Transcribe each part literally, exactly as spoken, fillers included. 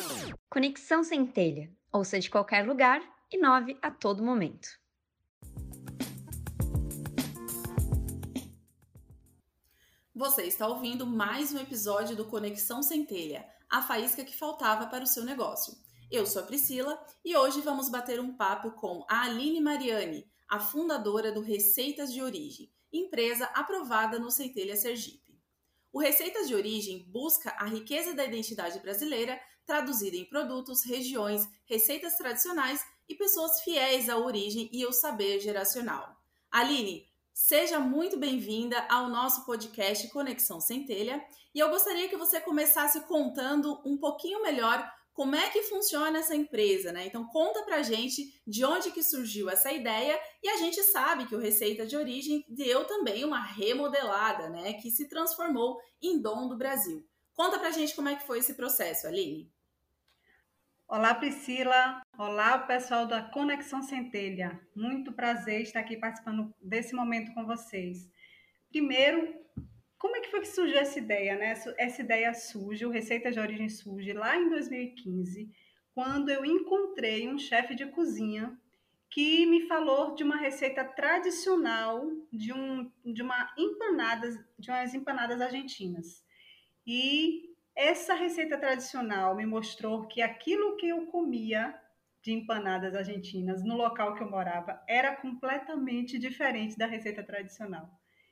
Conexão Centelha. Ouça de qualquer lugar, inove a todo momento. Você está ouvindo mais um episódio do Conexão Centelha, a faísca que faltava para o seu negócio. Eu sou a Priscila e hoje vamos bater um papo com a Aline Mariani, a fundadora do Receitas de Origem, empresa aprovada no Centelha Sergipe. O Receitas de Origem busca a riqueza da identidade brasileira traduzida em produtos, regiões, receitas tradicionais e pessoas fiéis à origem e ao saber geracional. Aline, seja muito bem-vinda ao nosso podcast Conexão Centelha e eu gostaria que você começasse contando um pouquinho melhor como é que funciona essa empresa, né? Então conta pra gente de onde que surgiu essa ideia e a gente sabe que o Receita de Origem deu também uma remodelada, né? Que se transformou em Dom do Brasil. Conta pra gente como é que foi esse processo, Aline. Olá, Priscila. Olá, pessoal da Conexão Centelha. Muito prazer estar aqui participando desse momento com vocês. Primeiro, como é que foi que surgiu essa ideia, né? Essa ideia surge, o Receita de Origem surge lá em dois mil e quinze, quando eu encontrei um chefe de cozinha que me falou de uma receita tradicional de, um, de, uma empanadas, de umas empanadas argentinas. E essa receita tradicional me mostrou que aquilo que eu comia de empanadas argentinas no local que eu morava era completamente diferente da receita tradicional.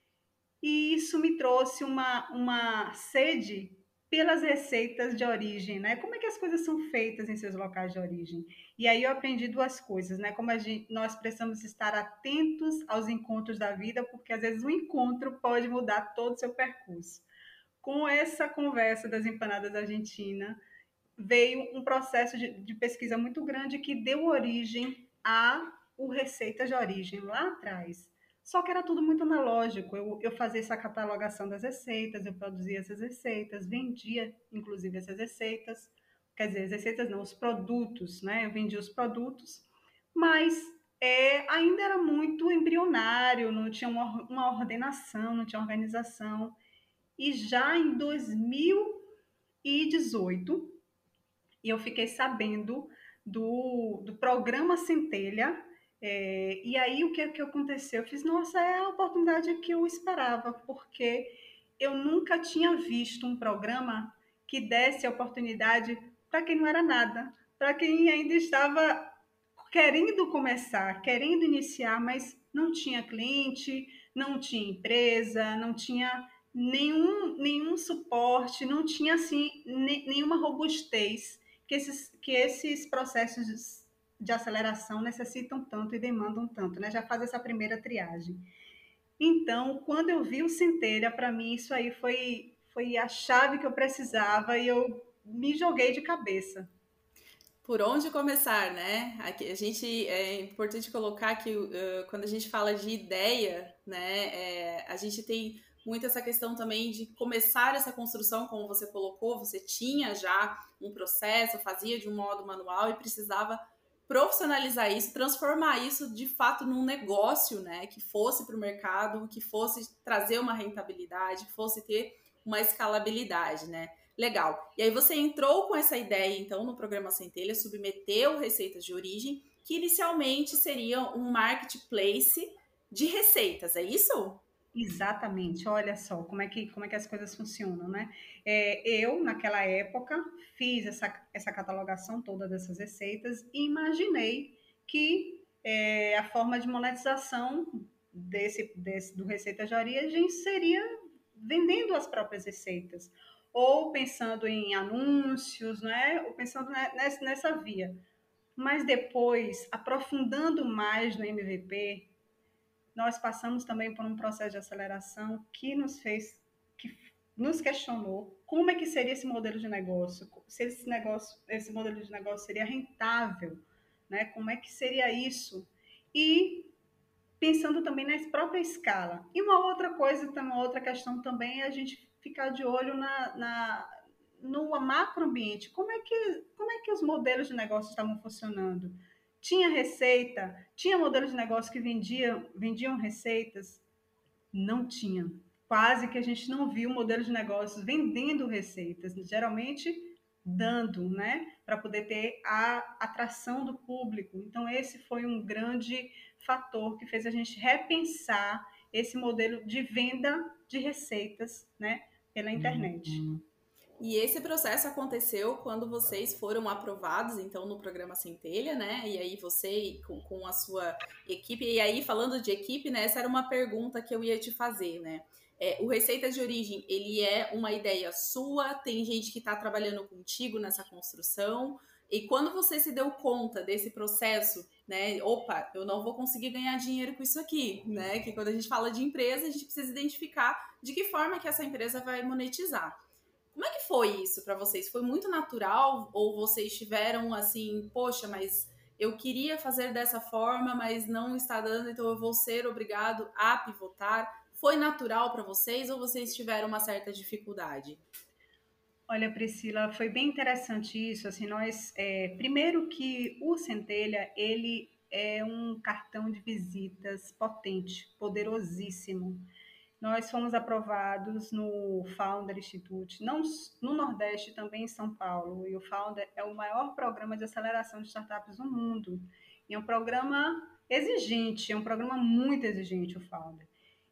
E isso me trouxe uma, uma sede pelas receitas de origem, né? Como é que as coisas são feitas em seus locais de origem? E aí eu aprendi duas coisas, né? Como a gente, nós precisamos estar atentos aos encontros da vida, porque às vezes um encontro pode mudar todo o seu percurso. Com essa conversa das empanadas argentinas, veio um processo de, de pesquisa muito grande que deu origem a o Receita de Origem lá atrás. Só que era tudo muito analógico. Eu, eu fazia essa catalogação das receitas, eu produzia essas receitas, vendia, inclusive, essas receitas. Quer dizer, as receitas não, os produtos, né? Eu vendia os produtos, mas é, ainda era muito embrionário, não tinha uma, uma ordenação, não tinha organização. E já em dois mil e dezoito, eu fiquei sabendo do, do programa Centelha. É, e aí, o que, que aconteceu? Eu fiz, nossa, é a oportunidade que eu esperava, porque eu nunca tinha visto um programa que desse a oportunidade para quem não era nada, para quem ainda estava querendo começar, querendo iniciar, mas não tinha cliente, não tinha empresa, não tinha nenhum, nenhum suporte, não tinha assim ne, nenhuma robustez que esses, que esses processos de, de aceleração necessitam tanto e demandam tanto, né? Já faz essa primeira triagem. Então, quando eu vi o Centelha, para mim isso aí foi, foi a chave que eu precisava e eu me joguei de cabeça. Por onde começar, né? Aqui, a gente é importante colocar que uh, quando a gente fala de ideia, né, é, a gente tem muito essa questão também de começar essa construção, como você colocou, você tinha já um processo, fazia de um modo manual e precisava profissionalizar isso, transformar isso de fato num negócio, né, que fosse para o mercado, que fosse trazer uma rentabilidade, que fosse ter uma escalabilidade, né? Legal. E aí você entrou com essa ideia, então, no programa Centelha, submeteu receitas de origem, que inicialmente seria um marketplace de receitas, é isso? Exatamente, olha só como é que, como é que as coisas funcionam, né? É, eu, naquela época, fiz essa, essa catalogação toda dessas receitas e imaginei que é, a forma de monetização desse, desse, do Receita de Origem seria vendendo as próprias receitas, ou pensando em anúncios, né? Ou pensando nessa, nessa via. Mas depois, aprofundando mais no M V P, nós passamos também por um processo de aceleração que nos fez, que nos questionou como é que seria esse modelo de negócio, se esse negócio, esse modelo de negócio seria rentável, né? Como é que seria isso? E pensando também na própria escala. E uma outra coisa, uma outra questão também é a gente ficar de olho na, na no macroambiente. Como é que como é que os modelos de negócio estavam funcionando? Tinha receita? Tinha modelos de negócio que vendiam, vendiam receitas? Não tinha. Quase que a gente não viu modelos de negócios vendendo receitas. Geralmente dando, né, para poder ter a atração do público. Então, esse foi um grande fator que fez a gente repensar esse modelo de venda de receitas, né, pela internet. E esse processo aconteceu quando vocês foram aprovados, então, no programa Centelha, né? E aí você com, com a sua equipe. E aí, falando de equipe, né? Essa era uma pergunta que eu ia te fazer, né? É, o Receitas de Origem, ele é uma ideia sua? Tem gente que está trabalhando contigo nessa construção? E quando você se deu conta desse processo, né? Opa, eu não vou conseguir ganhar dinheiro com isso aqui, né? Que quando a gente fala de empresa, a gente precisa identificar de que forma que essa empresa vai monetizar. Como é que foi isso para vocês? Foi muito natural ou vocês tiveram assim, poxa, mas eu queria fazer dessa forma, mas não está dando, então eu vou ser obrigado a pivotar? Foi natural para vocês ou vocês tiveram uma certa dificuldade? Olha, Priscila, foi bem interessante isso. Assim, nós, é, primeiro que o Centelha, ele é um cartão de visitas potente, poderosíssimo. Nós fomos aprovados no Founder Institute, não, no Nordeste, também em São Paulo. E o Founder é o maior programa de aceleração de startups do mundo. E é um programa exigente, é um programa muito exigente, o Founder.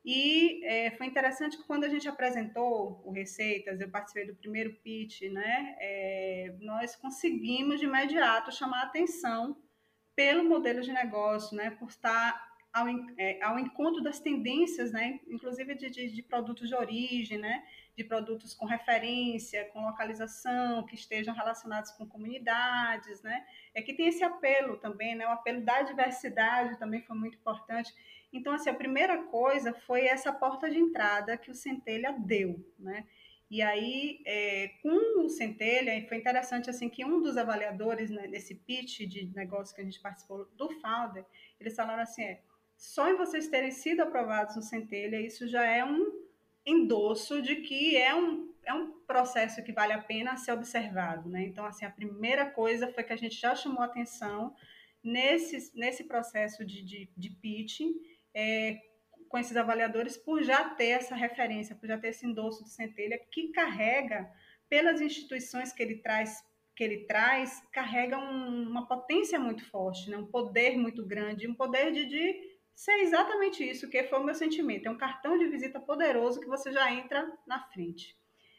E é, foi interessante que quando a gente apresentou o Receitas, eu participei do primeiro pitch, né? É, nós conseguimos de imediato chamar a atenção pelo modelo de negócio, né? Por estar ao, é, ao encontro das tendências, né? Inclusive de, de, de produtos de origem, né? De produtos com referência, com localização, que estejam relacionados com comunidades, né? É que tem esse apelo também, né? O apelo da diversidade também foi muito importante. Então, assim, a primeira coisa foi essa porta de entrada que o Centelha deu, né? E aí, é, com o Centelha, foi interessante assim que um dos avaliadores, né, nesse pitch de negócio que a gente participou do Founder, eles falaram assim, é, só em vocês terem sido aprovados no Centelha, isso já é um endosso de que é um, é um processo que vale a pena ser observado, né? Então, assim, a primeira coisa foi que a gente já chamou atenção nesse, nesse processo de, de, de pitching, é, com esses avaliadores, por já ter essa referência, por já ter esse endosso do Centelha, que carrega, pelas instituições que ele traz, que ele traz carrega um, uma potência muito forte, né? Um poder muito grande, um poder de, de ser exatamente isso, que foi o meu sentimento. É um cartão de visita poderoso que você já entra na frente.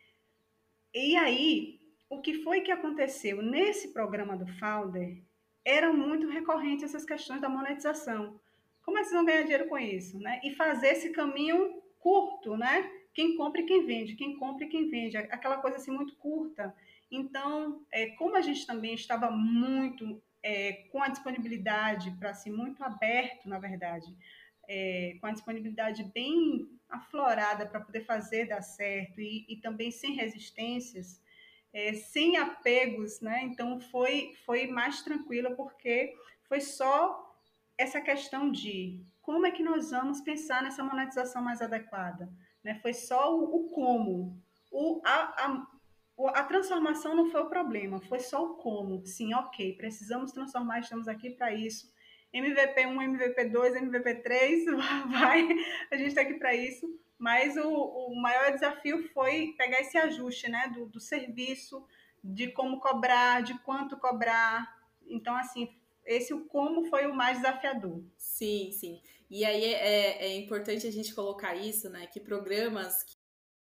E aí, o que foi que aconteceu? Nesse programa do Founder, eram muito recorrentes essas questões da monetização. Como é que vocês vão ganhar dinheiro com isso? Né? E fazer esse caminho curto, né? Quem compra e quem vende, quem compra e quem vende, aquela coisa assim muito curta. Então, é, como a gente também estava muito é, com a disponibilidade para assim, muito aberto, na verdade, é, com a disponibilidade bem aflorada para poder fazer dar certo e, e também sem resistências, é, sem apegos, né? Então foi, foi mais tranquilo porque foi só essa questão de como é que nós vamos pensar nessa monetização mais adequada, né? Foi só o, o como, o, a, a, a transformação não foi o problema, foi só o como. Sim, ok, precisamos transformar, estamos aqui para isso. M V P um, M V P dois, M V P três, vai, a gente está aqui para isso. Mas o, o maior desafio foi pegar esse ajuste, né, do, do serviço, de como cobrar, de quanto cobrar. Então, assim, esse o como foi o mais desafiador. Sim, sim. E aí é, é importante a gente colocar isso, né? Que programas que,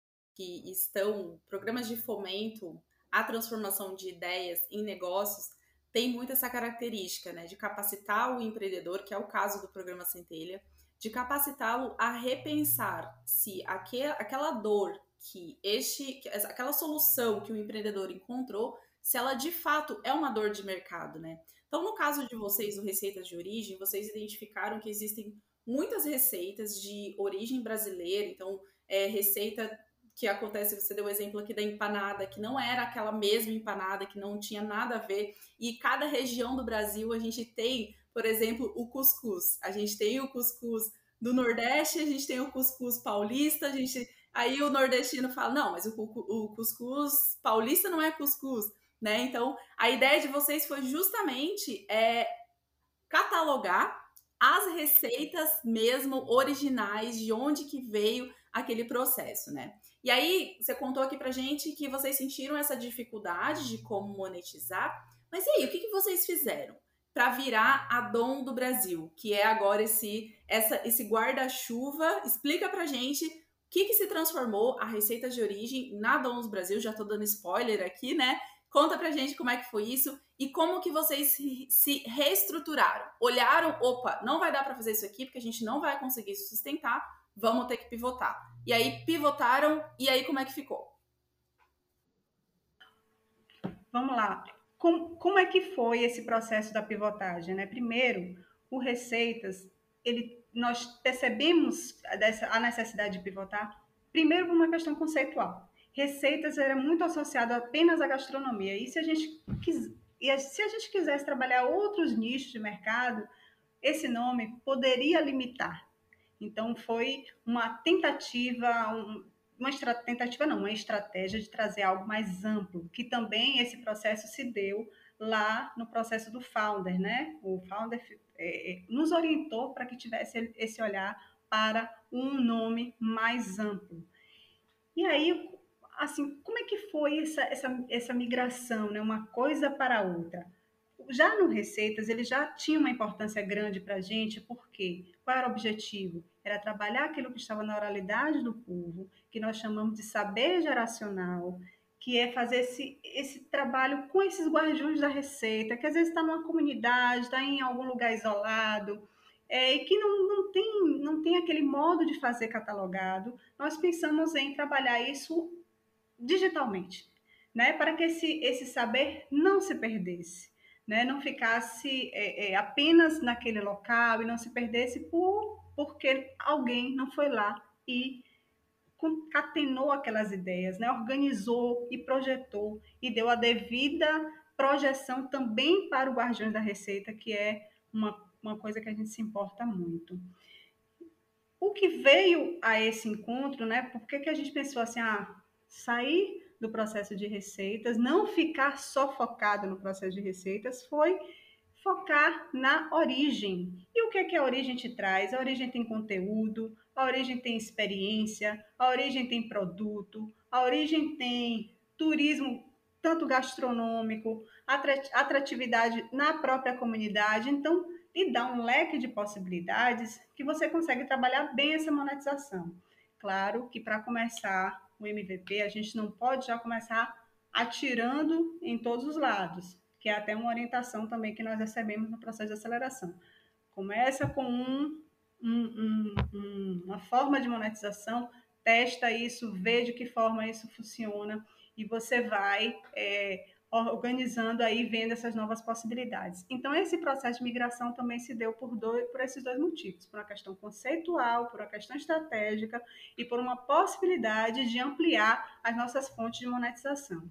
que estão, programas de fomento à transformação de ideias em negócios, tem muito essa característica, né? De capacitar o empreendedor, que é o caso do programa Centelha, de capacitá-lo a repensar se aquel, aquela dor que este, aquela solução que o empreendedor encontrou, se ela de fato é uma dor de mercado, né? Então, no caso de vocês, o Receitas de Origem, vocês identificaram que existem muitas receitas de origem brasileira, então, é, receita que acontece, você deu o exemplo aqui da empanada, que não era aquela mesma empanada, que não tinha nada a ver, e cada região do Brasil a gente tem, por exemplo, o cuscuz. A gente tem o cuscuz do Nordeste, a gente tem o cuscuz paulista, a gente... aí o nordestino fala, não, mas o, o cuscuz paulista não é cuscuz, né? Então, a ideia de vocês foi justamente é, catalogar as receitas mesmo originais, de onde que veio aquele processo, né? E aí, você contou aqui pra gente que vocês sentiram essa dificuldade de como monetizar, mas e aí, o que, que vocês fizeram para virar a Dom do Brasil, que é agora esse, essa, esse guarda-chuva? Explica pra gente o que, que se transformou a Receitas de Origem na Dom do Brasil. Já tô dando spoiler aqui, né? Conta pra gente como é que foi isso e como que vocês se, se reestruturaram. Olharam, opa, não vai dar para fazer isso aqui porque a gente não vai conseguir sustentar, vamos ter que pivotar. E aí pivotaram, e aí como é que ficou? Vamos lá. Como, como é que foi esse processo da pivotagem, né? Primeiro, o Receitas, ele, nós percebemos dessa, a necessidade de pivotar, primeiro por uma questão conceitual. Receitas era muito associado apenas à gastronomia. E se a gente, quis, e se a gente quisesse trabalhar outros nichos de mercado, esse nome poderia limitar. Então, foi uma tentativa, um, uma estra, tentativa não, uma estratégia de trazer algo mais amplo, que também esse processo se deu lá no processo do Founder, né? O Founder é, nos orientou para que tivesse esse olhar para um nome mais amplo. E aí, assim, como é que foi essa, essa, essa migração, né? Uma coisa para outra? Já no Receitas, ele já tinha uma importância grande para a gente, porque qual era o objetivo? Era trabalhar aquilo que estava na oralidade do povo, que nós chamamos de saber geracional, que é fazer esse, esse trabalho com esses guardiões da receita, que às vezes está numa comunidade, está em algum lugar isolado, é, e que não, não, tem, não tem aquele modo de fazer catalogado. Nós pensamos em trabalhar isso digitalmente, né, para que esse, esse saber não se perdesse. Né, não ficasse é, é, apenas naquele local e não se perdesse por, porque alguém não foi lá e concatenou aquelas ideias, né, organizou e projetou e deu a devida projeção também para o Guardiões da Receita, que é uma, uma coisa que a gente se importa muito. O que veio a esse encontro, né, por que, que a gente pensou assim, ah, sair do processo de receitas, não ficar só focado no processo de receitas, foi focar na origem. E o que é que a origem te traz? A origem tem conteúdo, a origem tem experiência, a origem tem produto, a origem tem turismo, tanto gastronômico, atratividade na própria comunidade. Então, lhe dá um leque de possibilidades que você consegue trabalhar bem essa monetização. Claro que para começar o M V P, a gente não pode já começar atirando em todos os lados, que é até uma orientação também que nós recebemos no processo de aceleração. Começa com um, um, um, uma forma de monetização, testa isso, vê de que forma isso funciona e você vai é, organizando aí, vendo essas novas possibilidades. Então, esse processo de migração também se deu por, dois, por esses dois motivos, por uma questão conceitual, por uma questão estratégica e por uma possibilidade de ampliar as nossas fontes de monetização.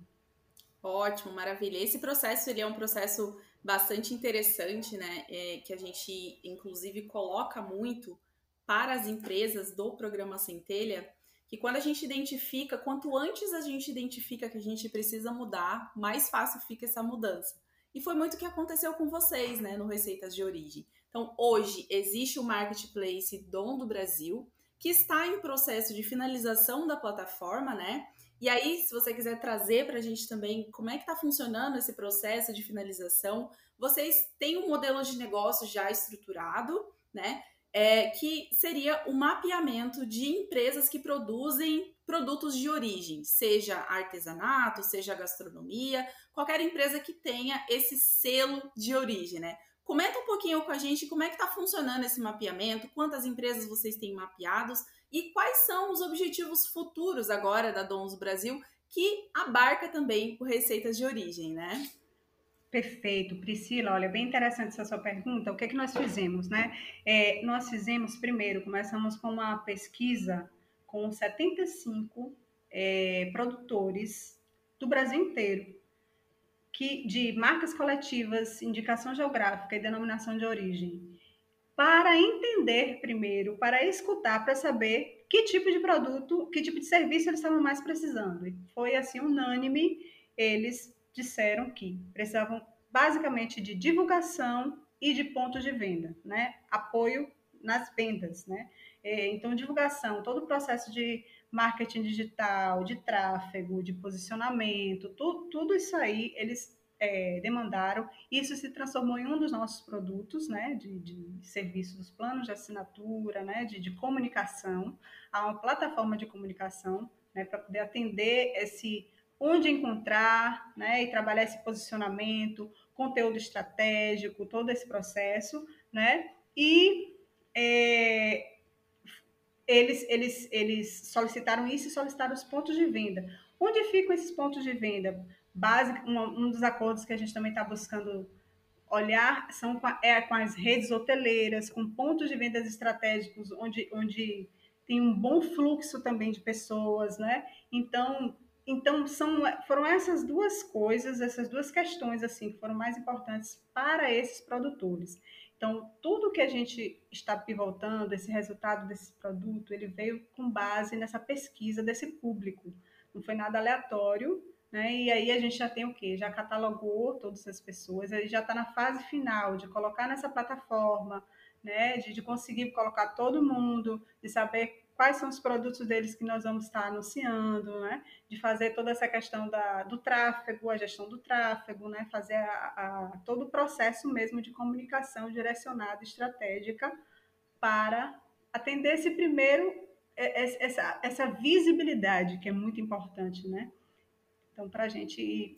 Ótimo, maravilha. Esse processo, ele é um processo bastante interessante, né? É, que a gente, inclusive, coloca muito para as empresas do Programa Centelha, que quando a gente identifica, quanto antes a gente identifica que a gente precisa mudar, mais fácil fica essa mudança. E foi muito o que aconteceu com vocês, né, no Receitas de Origem. Então, hoje, existe o Marketplace Dom do Brasil, que está em processo de finalização da plataforma, né? E aí, se você quiser trazer para a gente também como é que está funcionando esse processo de finalização, vocês têm um modelo de negócio já estruturado, né? É, que seria o mapeamento de empresas que produzem produtos de origem, seja artesanato, seja gastronomia, qualquer empresa que tenha esse selo de origem, né? Comenta um pouquinho com a gente como é que está funcionando esse mapeamento, quantas empresas vocês têm mapeados e quais são os objetivos futuros agora da Dons Brasil, que abarca também o Receitas de Origem, né? Perfeito, Priscila, olha, bem interessante essa sua pergunta. O que é que nós fizemos, né? É, nós fizemos, primeiro, começamos com uma pesquisa com setenta e cinco é, produtores do Brasil inteiro, que, de marcas coletivas, indicação geográfica e denominação de origem, para entender primeiro, para escutar, para saber que tipo de produto, que tipo de serviço eles estavam mais precisando. E foi assim, unânime, eles disseram que precisavam basicamente de divulgação e de pontos de venda, né? Apoio nas vendas, né? Então, divulgação, todo o processo de marketing digital, de tráfego, de posicionamento, tu, tudo isso aí eles é, demandaram. Isso se transformou em um dos nossos produtos, né, de, de serviços, planos de assinatura, né, de, de comunicação, há uma plataforma de comunicação, né, para poder atender esse onde encontrar, né, e trabalhar esse posicionamento, conteúdo estratégico, todo esse processo, né, e é, eles, eles, eles solicitaram isso e solicitaram os pontos de venda. Onde ficam esses pontos de venda? Básico, um, um dos acordos que a gente também está buscando olhar são com, a, é, com as redes hoteleiras, com pontos de vendas estratégicos, onde, onde tem um bom fluxo também de pessoas, né? Então, então são, foram essas duas coisas, essas duas questões assim que foram mais importantes para esses produtores. Então, tudo que a gente está pivotando, esse resultado desse produto, ele veio com base nessa pesquisa desse público. Não foi nada aleatório, né? E aí a gente já tem o quê? Já catalogou todas essas pessoas, aí já está na fase final de colocar nessa plataforma, né? De, de conseguir colocar todo mundo, de saber quais são os produtos deles que nós vamos estar anunciando, né? De fazer toda essa questão da, do tráfego, a gestão do tráfego, né? Fazer a, a, todo o processo mesmo de comunicação direcionada, estratégica, para atender esse primeiro, essa, essa visibilidade que é muito importante, né? Então, para a gente,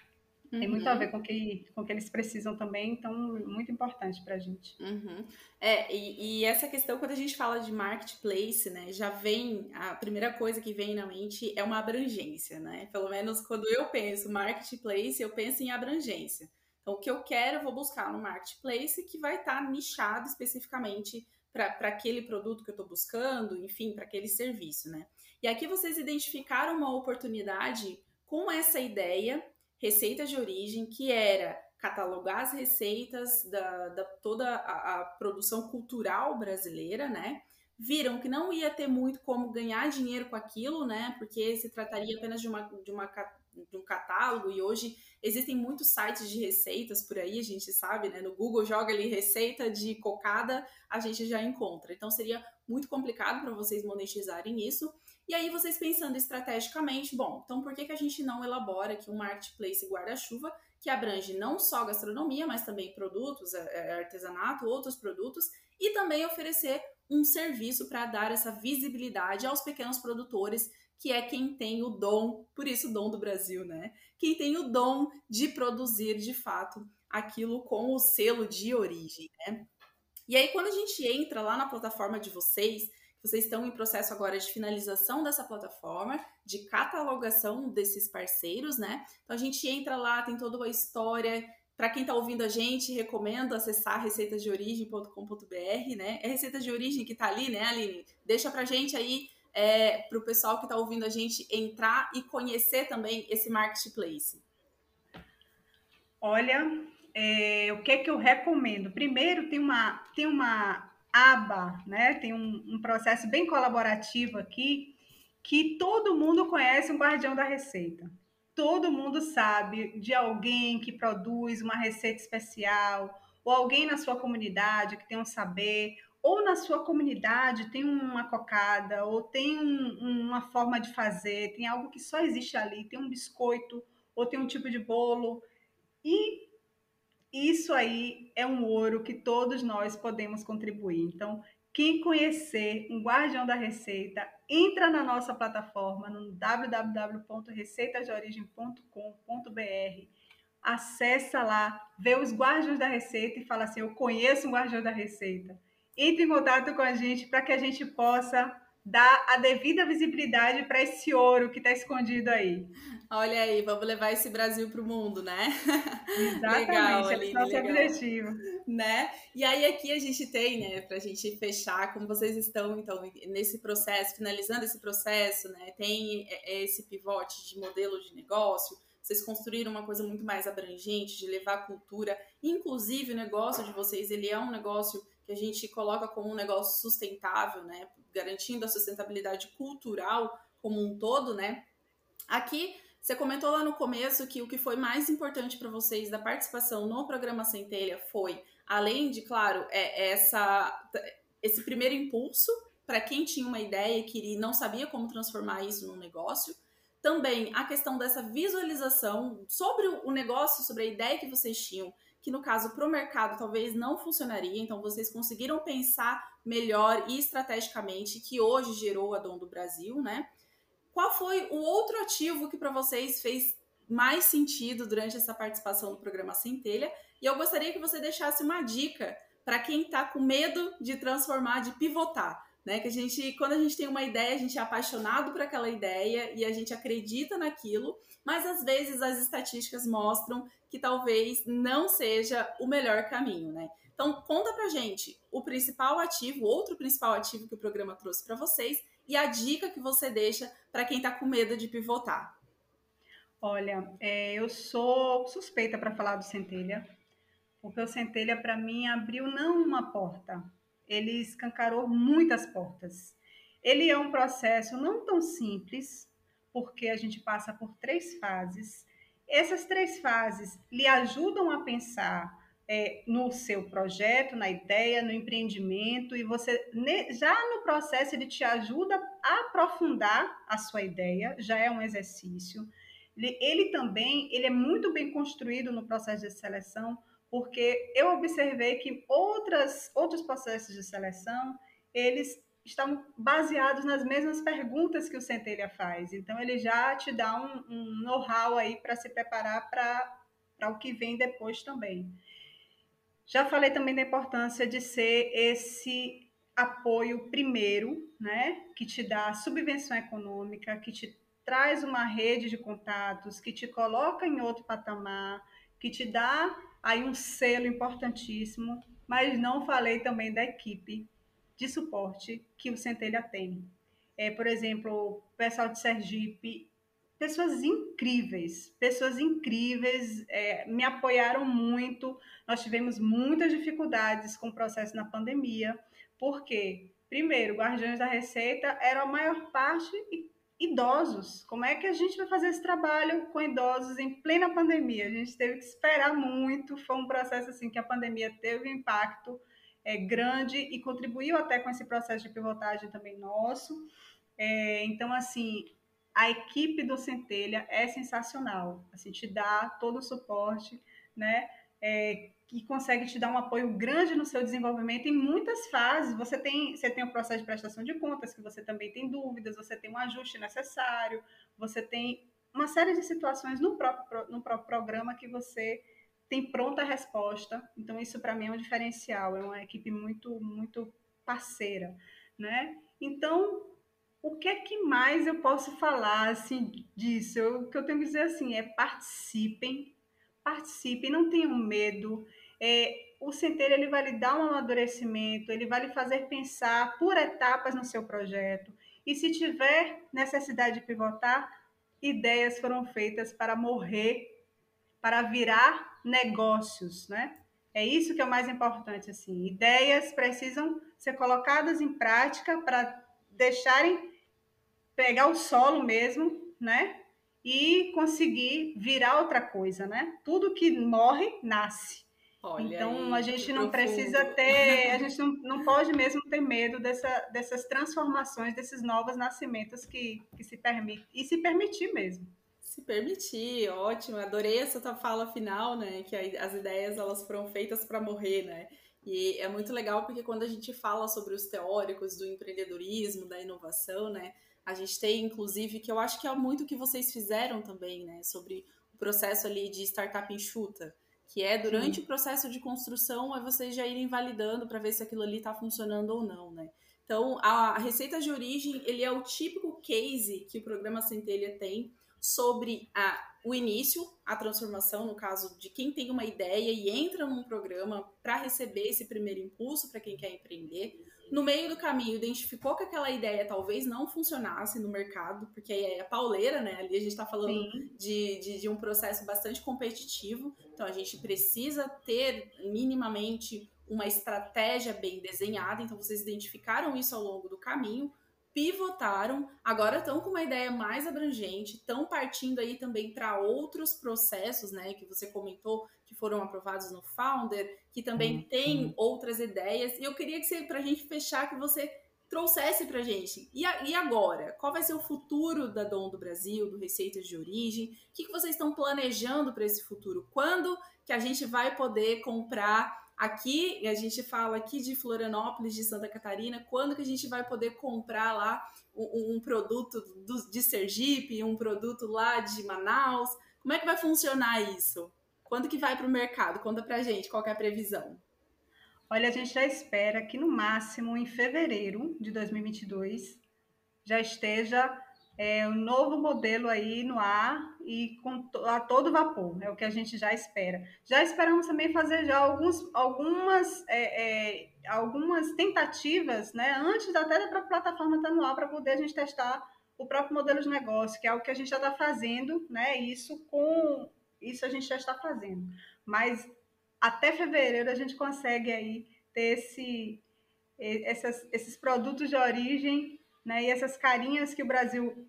tem muito a Uhum. ver com o que, com que eles precisam também, então, muito importante para a gente. Uhum. É, e, e essa questão, quando a gente fala de marketplace, né, já vem, a primeira coisa que vem na mente é uma abrangência, né? Pelo menos quando eu penso marketplace, eu penso em abrangência. Então, o que eu quero, eu vou buscar no marketplace que vai estar nichado especificamente para aquele produto que eu estou buscando, enfim, para aquele serviço, né? E aqui vocês identificaram uma oportunidade com essa ideia, receitas de origem, que era catalogar as receitas da, da toda a, a produção cultural brasileira, né? Viram que não ia ter muito como ganhar dinheiro com aquilo, né? Porque se trataria apenas de, uma, de, uma, de um catálogo, e hoje existem muitos sites de receitas por aí, a gente sabe, né? No Google joga ali receita de cocada, a gente já encontra. Então seria muito complicado para vocês monetizarem isso. E aí vocês pensando estrategicamente, bom, então por que, que a gente não elabora aqui um marketplace guarda-chuva que abrange não só gastronomia, mas também produtos, artesanato, outros produtos, e também oferecer um serviço para dar essa visibilidade aos pequenos produtores, que é quem tem o dom, por isso o dom do Brasil, né? Quem tem o dom de produzir, de fato, aquilo com o selo de origem, né? E aí, quando a gente entra lá na plataforma de vocês, vocês estão em processo agora de finalização dessa plataforma, de catalogação desses parceiros, né? Então a gente entra lá, tem toda uma história. Para quem está ouvindo a gente, recomendo acessar receitas de origem ponto com ponto b r, né? É Receitas de Origem que está ali, né, Aline? Deixa pra gente aí, é, para o pessoal que está ouvindo a gente entrar e conhecer também esse marketplace. Olha, é, o que é que eu recomendo? Primeiro, tem uma, tem uma aba, né? Tem um, um processo bem colaborativo aqui, que todo mundo conhece um guardião da receita. Todo mundo sabe de alguém que produz uma receita especial, ou alguém na sua comunidade que tem um saber, ou na sua comunidade tem uma cocada, ou tem um, uma forma de fazer, tem algo que só existe ali, tem um biscoito, ou tem um tipo de bolo. E isso aí é um ouro que todos nós podemos contribuir. Então, quem conhecer um guardião da receita, entra na nossa plataforma no w w w ponto receitas de origem ponto com ponto b r, acessa lá, vê os guardiões da receita e fala assim: eu conheço um guardião da receita. Entre em contato com a gente para que a gente possa dar a devida visibilidade para esse ouro que está escondido aí. Olha aí, vamos levar esse Brasil para o mundo, né? Legal, Exatamente, esse é Aline, o nosso legal. objetivo. Né? E aí aqui a gente tem, né, para a gente fechar, como vocês estão, então, nesse processo, finalizando esse processo, né, tem esse pivote de modelo de negócio, vocês construíram uma coisa muito mais abrangente, de levar a cultura, inclusive o negócio de vocês, ele é um negócio que a gente coloca como um negócio sustentável, né, garantindo a sustentabilidade cultural como um todo, né. Aqui, você comentou lá no começo que o que foi mais importante para vocês da participação no programa Centelha foi, além de, claro, é, essa, esse primeiro impulso para quem tinha uma ideia e queria, não sabia como transformar isso num negócio. Também a questão dessa visualização sobre o negócio, sobre a ideia que vocês tinham, que no caso para o mercado talvez não funcionaria, então vocês conseguiram pensar melhor e estrategicamente, que hoje gerou a Dom do Brasil, né? Qual foi o outro ativo que para vocês fez mais sentido durante essa participação no programa Centelha? E eu gostaria que você deixasse uma dica para quem está com medo de transformar, de pivotar, né? Que a gente, quando a gente tem uma ideia, a gente é apaixonado por aquela ideia e a gente acredita naquilo, mas às vezes as estatísticas mostram que talvez não seja o melhor caminho, né? Então, conta pra gente o principal ativo, outro principal ativo que o programa trouxe para vocês e a dica que você deixa para quem está com medo de pivotar. Olha, é, eu sou suspeita para falar do Centelha, porque o Centelha, para mim, abriu não uma porta, ele escancarou muitas portas. Ele é um processo não tão simples, porque a gente passa por três fases. Essas três fases lhe ajudam a pensar é, no seu projeto, na ideia, no empreendimento, e você, já no processo, ele te ajuda a aprofundar a sua ideia, já é um exercício. Ele, ele também ele é muito bem construído no processo de seleção, porque eu observei que outras, outros processos de seleção, eles estão baseados nas mesmas perguntas que o Centelha faz. Então, ele já te dá um, um know-how aí para se preparar para o que vem depois também. Já falei também da importância de ser esse apoio primeiro, né, que te dá subvenção econômica, que te traz uma rede de contatos, que te coloca em outro patamar, que te dá aí um selo importantíssimo, mas não falei também da equipe de suporte que o Centelha tem. É, por exemplo, o pessoal de Sergipe, pessoas incríveis, pessoas incríveis, é, me apoiaram muito. Nós tivemos muitas dificuldades com o processo na pandemia, porque, primeiro, Guardiões da Receita era a maior parte idosos. Como é que a gente vai fazer esse trabalho com idosos em plena pandemia? A gente teve que esperar muito, foi um processo assim que a pandemia teve um impacto é, grande e contribuiu até com esse processo de pivotagem também nosso. É, então, assim, a equipe do Centelha é sensacional, assim, te dá todo o suporte, né? É, que consegue te dar um apoio grande no seu desenvolvimento em muitas fases. Você tem, você tem o processo de prestação de contas, que você também tem dúvidas, você tem um ajuste necessário, você tem uma série de situações no próprio, no próprio programa que você tem pronta resposta. Então, isso para mim é um diferencial, é uma equipe muito, muito parceira, né? Então, o que é que mais eu posso falar assim, disso? Eu, o que eu tenho que dizer assim é participem, participem, não tenham medo. É, o Centelha ele vai lhe dar um amadurecimento, ele vai lhe fazer pensar por etapas no seu projeto. E se tiver necessidade de pivotar, ideias foram feitas para morrer, para virar negócios, né? É isso que é o mais importante, assim. Ideias precisam ser colocadas em prática para deixarem pegar o solo mesmo, né? E conseguir virar outra coisa, né? Tudo que morre, nasce. Olha então, aí, a gente não profundo. precisa ter, a gente não, não pode mesmo ter medo dessa, dessas transformações, desses novos nascimentos que, que se permite, e se permitir mesmo. Se permitir, ótimo. Adorei essa tua fala final, né? Que as ideias elas foram feitas para morrer, né? E é muito legal porque quando a gente fala sobre os teóricos do empreendedorismo, da inovação, né? A gente tem, inclusive, que eu acho que é muito o que vocês fizeram também, né? Sobre o processo ali de startup enxuta, que é durante Sim. o processo de construção, é vocês já irem validando para ver se aquilo ali está funcionando ou não, né? Então, a receita de origem, ele é o típico case que o programa Centelha tem sobre a, o início, a transformação, no caso de quem tem uma ideia e entra num programa para receber esse primeiro impulso para quem quer empreender. No meio do caminho, identificou que aquela ideia talvez não funcionasse no mercado, porque é a pauleira, né? Ali a gente está falando de, de, de um processo bastante competitivo, então a gente precisa ter minimamente uma estratégia bem desenhada, então vocês identificaram isso ao longo do caminho, pivotaram, agora estão com uma ideia mais abrangente, estão partindo aí também para outros processos, né, que você comentou, que foram aprovados no Founder, que também uhum. tem outras ideias, e eu queria que você, para a gente fechar, que você trouxesse pra gente. E, a, e agora? Qual vai ser o futuro da Dom do Brasil, do Receitas de Origem? O que, que vocês estão planejando para esse futuro? Quando que a gente vai poder comprar aqui, a gente fala aqui de Florianópolis, de Santa Catarina, quando que a gente vai poder comprar lá um, um produto do, de Sergipe, um produto lá de Manaus? Como é que vai funcionar isso? Quando que vai para o mercado? Conta pra gente, qual que é a previsão? Olha, a gente já espera que no máximo em fevereiro de dois mil e vinte e dois já esteja é, um novo modelo aí no ar e com to- a todo vapor, é o que a gente já espera. Já esperamos também fazer já alguns, algumas, é, é, algumas tentativas, né, antes até da própria plataforma estar no ar para poder a gente testar o próprio modelo de negócio, que é algo que a gente já está fazendo, né? Isso com isso a gente já está fazendo. Mas até fevereiro a gente consegue aí ter esse, essas, esses produtos de origem, né, e essas carinhas que o Brasil,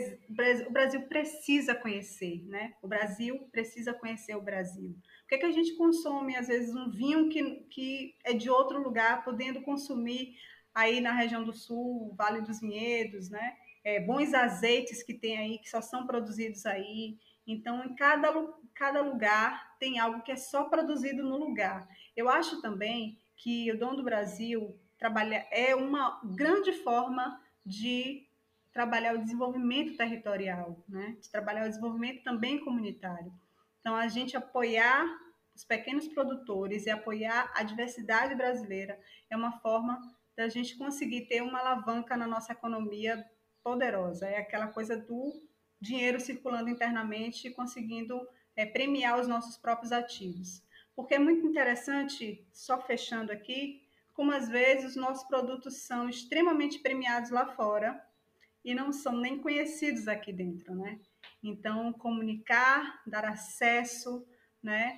o Brasil precisa conhecer, né? O Brasil precisa conhecer o Brasil. Por que, que a gente consome, às vezes, um vinho que, que é de outro lugar, podendo consumir aí na região do Sul, Vale dos Vinhedos, né? É, bons azeites que tem aí, que só são produzidos aí. Então, em cada, cada lugar tem algo que é só produzido no lugar. Eu acho também que o Dom do Brasil trabalha, é uma grande forma de trabalhar o desenvolvimento territorial, né? De trabalhar o desenvolvimento também comunitário. Então, a gente apoiar os pequenos produtores e apoiar a diversidade brasileira é uma forma da gente conseguir ter uma alavanca na nossa economia poderosa. É aquela coisa do dinheiro circulando internamente e conseguindo é, premiar os nossos próprios ativos. Porque é muito interessante, só fechando aqui, como às vezes os nossos produtos são extremamente premiados lá fora e não são nem conhecidos aqui dentro, né? Então, comunicar, dar acesso, né?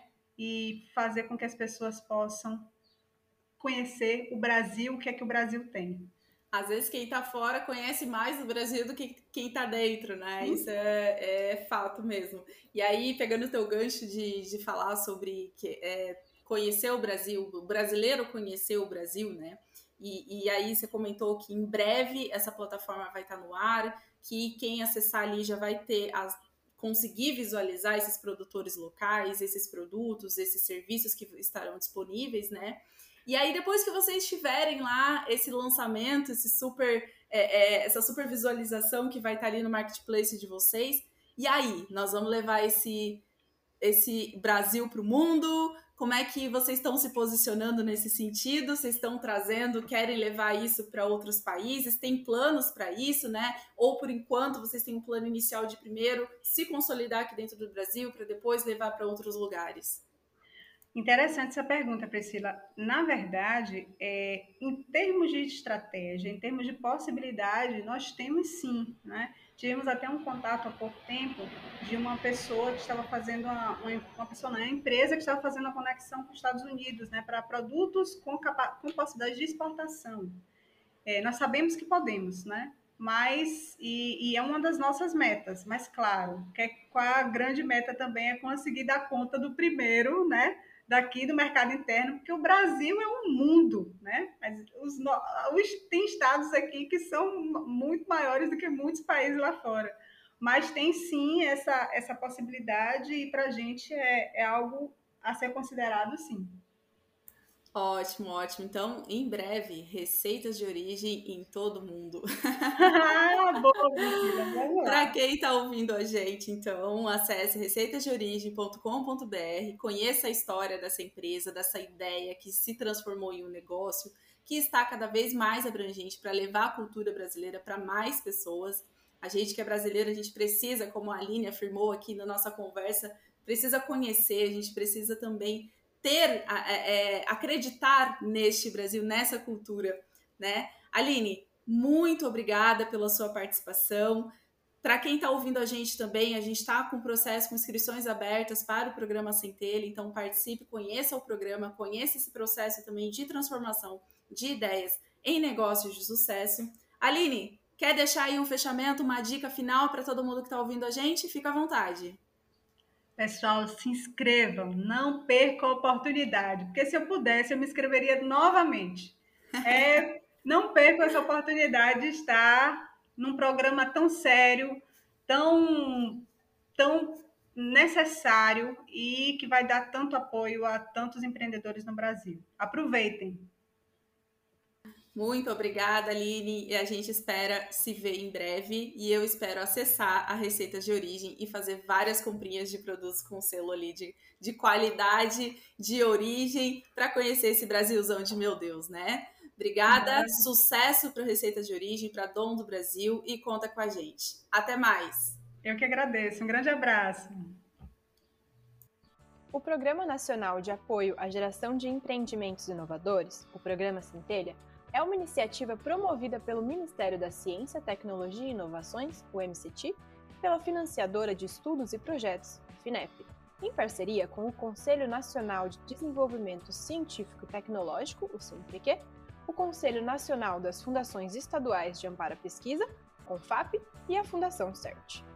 E fazer com que as pessoas possam conhecer o Brasil, o que é que o Brasil tem. Às vezes quem tá fora conhece mais o Brasil do que quem tá dentro, né? Isso é, é fato mesmo. E aí, pegando o teu gancho de, de falar sobre que, é, conhecer o Brasil, o brasileiro conhecer o Brasil, né? E, e aí você comentou que em breve essa plataforma vai estar no ar, que quem acessar ali já vai ter as, conseguir visualizar esses produtores locais, esses produtos, esses serviços que estarão disponíveis, né? E aí, depois que vocês tiverem lá esse lançamento, esse super, é, é, essa super visualização que vai estar ali no marketplace de vocês, e aí, nós vamos levar esse, esse Brasil para o mundo? Como é que vocês estão se posicionando nesse sentido? Vocês estão trazendo, querem levar isso para outros países? Tem planos para isso, né? Ou, por enquanto, vocês têm um plano inicial de primeiro se consolidar aqui dentro do Brasil para depois levar para outros lugares? Interessante essa pergunta, Priscila. Na verdade, é, em termos de estratégia, em termos de possibilidade, nós temos sim, né? Tivemos até um contato há pouco tempo de uma pessoa que estava fazendo uma, uma, uma pessoa, né, uma empresa que estava fazendo uma conexão com os Estados Unidos, né, para produtos com, capa, com possibilidade de exportação. É, nós sabemos que podemos, né? Mas, e, e é uma das nossas metas, mas claro, que é, qual a grande meta também é conseguir dar conta do primeiro, né? Daqui do mercado interno, porque o Brasil é um mundo, né? Mas os, os, tem estados aqui que são muito maiores do que muitos países lá fora. Mas tem sim essa, essa possibilidade e para a gente é, é algo a ser considerado sim. Ótimo, ótimo. Então, em breve, receitas de origem em todo mundo. Ah, boa, Priscila, vamos Para lá. quem está ouvindo a gente, então, acesse receitas de origem ponto com ponto b r, conheça a história dessa empresa, dessa ideia que se transformou em um negócio que está cada vez mais abrangente para levar a cultura brasileira para mais pessoas. A gente que é brasileiro, a gente precisa, como a Aline afirmou aqui na nossa conversa, precisa conhecer, a gente precisa também ter, é, é, acreditar neste Brasil, nessa cultura, né? Aline, muito obrigada pela sua participação. Para quem está ouvindo a gente também, a gente está com o processo com inscrições abertas para o programa Centelha, então participe, conheça o programa, conheça esse processo também de transformação de ideias em negócios de sucesso. Aline, quer deixar aí um fechamento, uma dica final para todo mundo que está ouvindo a gente? Fica à vontade. Pessoal, se inscrevam, não percam a oportunidade, porque se eu pudesse, eu me inscreveria novamente. É Não percam essa oportunidade de estar num programa tão sério, tão, tão necessário e que vai dar tanto apoio a tantos empreendedores no Brasil. Aproveitem! Muito obrigada, Aline, e a gente espera se ver em breve, e eu espero acessar a Receitas de Origem e fazer várias comprinhas de produtos com selo ali de, de qualidade, de origem, para conhecer esse Brasilzão de meu Deus, né? Obrigada, Bora. Sucesso para Receitas de Origem, para Dom do Brasil, e conta com a gente. Até mais! Eu que agradeço. Um grande abraço. O Programa Nacional de Apoio à Geração de Empreendimentos Inovadores, o Programa Centelha, é uma iniciativa promovida pelo Ministério da Ciência, Tecnologia e Inovações, o M C T, e pela financiadora de estudos e projetos, a FINEP, em parceria com o Conselho Nacional de Desenvolvimento Científico e Tecnológico, o C N Pq, o Conselho Nacional das Fundações Estaduais de Amparo à Pesquisa, CONFAP, e a Fundação CERT.